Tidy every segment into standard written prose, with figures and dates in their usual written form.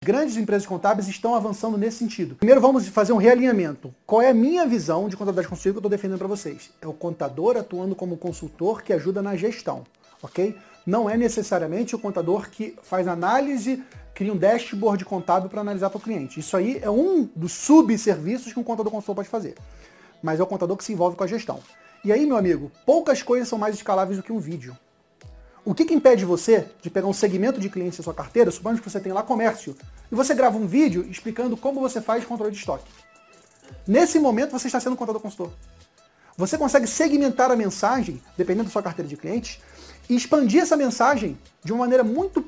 Grandes empresas contábeis estão avançando nesse sentido. Primeiro vamos fazer um realinhamento. Qual é a minha visão de contabilidade consultiva que eu estou defendendo para vocês? É o contador atuando como consultor que ajuda na gestão, ok? Não é necessariamente o contador que faz análise, cria um dashboard contábil para analisar para o cliente. Isso aí é um dos subserviços que um contador consultor pode fazer. Mas é o contador que se envolve com a gestão. E aí, meu amigo, poucas coisas são mais escaláveis do que um vídeo. O que impede você de pegar um segmento de clientes da sua carteira, suponhamos que você tem lá comércio, e você grava um vídeo explicando como você faz controle de estoque. Nesse momento você está sendo um contador consultor. Você consegue segmentar a mensagem, dependendo da sua carteira de clientes, e expandir essa mensagem de uma maneira muito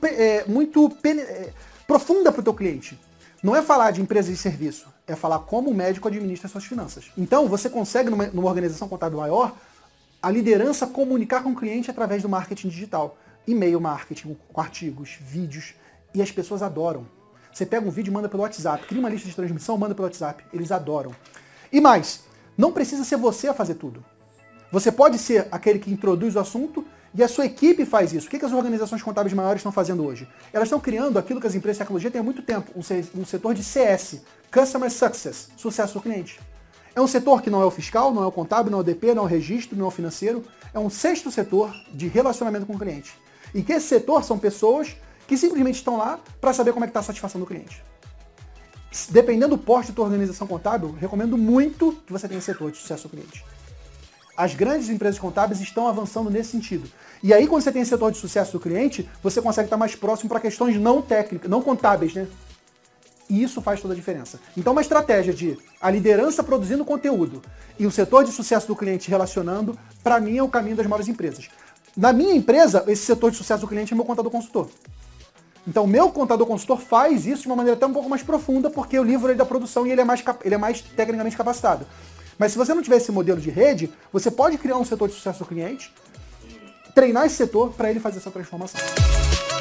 profunda para o teu cliente. Não é falar de empresa de serviço, é falar como o médico administra suas finanças. Então você consegue, numa organização contábil maior, a liderança comunicar com o cliente através do marketing digital. E-mail marketing, com artigos, vídeos, e as pessoas adoram. Você pega um vídeo e manda pelo WhatsApp, cria uma lista de transmissão, manda pelo WhatsApp, eles adoram. E mais, não precisa ser você a fazer tudo. Você pode ser aquele que introduz o assunto e a sua equipe faz isso. O que as organizações contábeis maiores estão fazendo hoje? Elas estão criando aquilo que as empresas de tecnologia têm há muito tempo, um setor de CS, Customer Success, sucesso do cliente. É um setor que não é o fiscal, não é o contábil, não é o DP, não é o registro, não é o financeiro. É um sexto setor de relacionamento com o cliente. E que esse setor são pessoas que simplesmente estão lá para saber como é que está a satisfação do cliente. Dependendo do porte da tua organização contábil, recomendo muito que você tenha esse setor de sucesso do cliente. As grandes empresas contábeis estão avançando nesse sentido. E aí, quando você tem esse setor de sucesso do cliente, você consegue estar mais próximo para questões não técnicas, não contábeis, né? E isso faz toda a diferença. Então, uma estratégia de a liderança produzindo conteúdo e o setor de sucesso do cliente relacionando, para mim é o caminho das maiores empresas. Na minha empresa, esse setor de sucesso do cliente é meu contador consultor. Então, meu contador consultor faz isso de uma maneira até um pouco mais profunda, porque eu livro ele da produção e ele é mais tecnicamente capacitado. Mas se você não tiver esse modelo de rede, você pode criar um setor de sucesso do cliente, treinar esse setor para ele fazer essa transformação.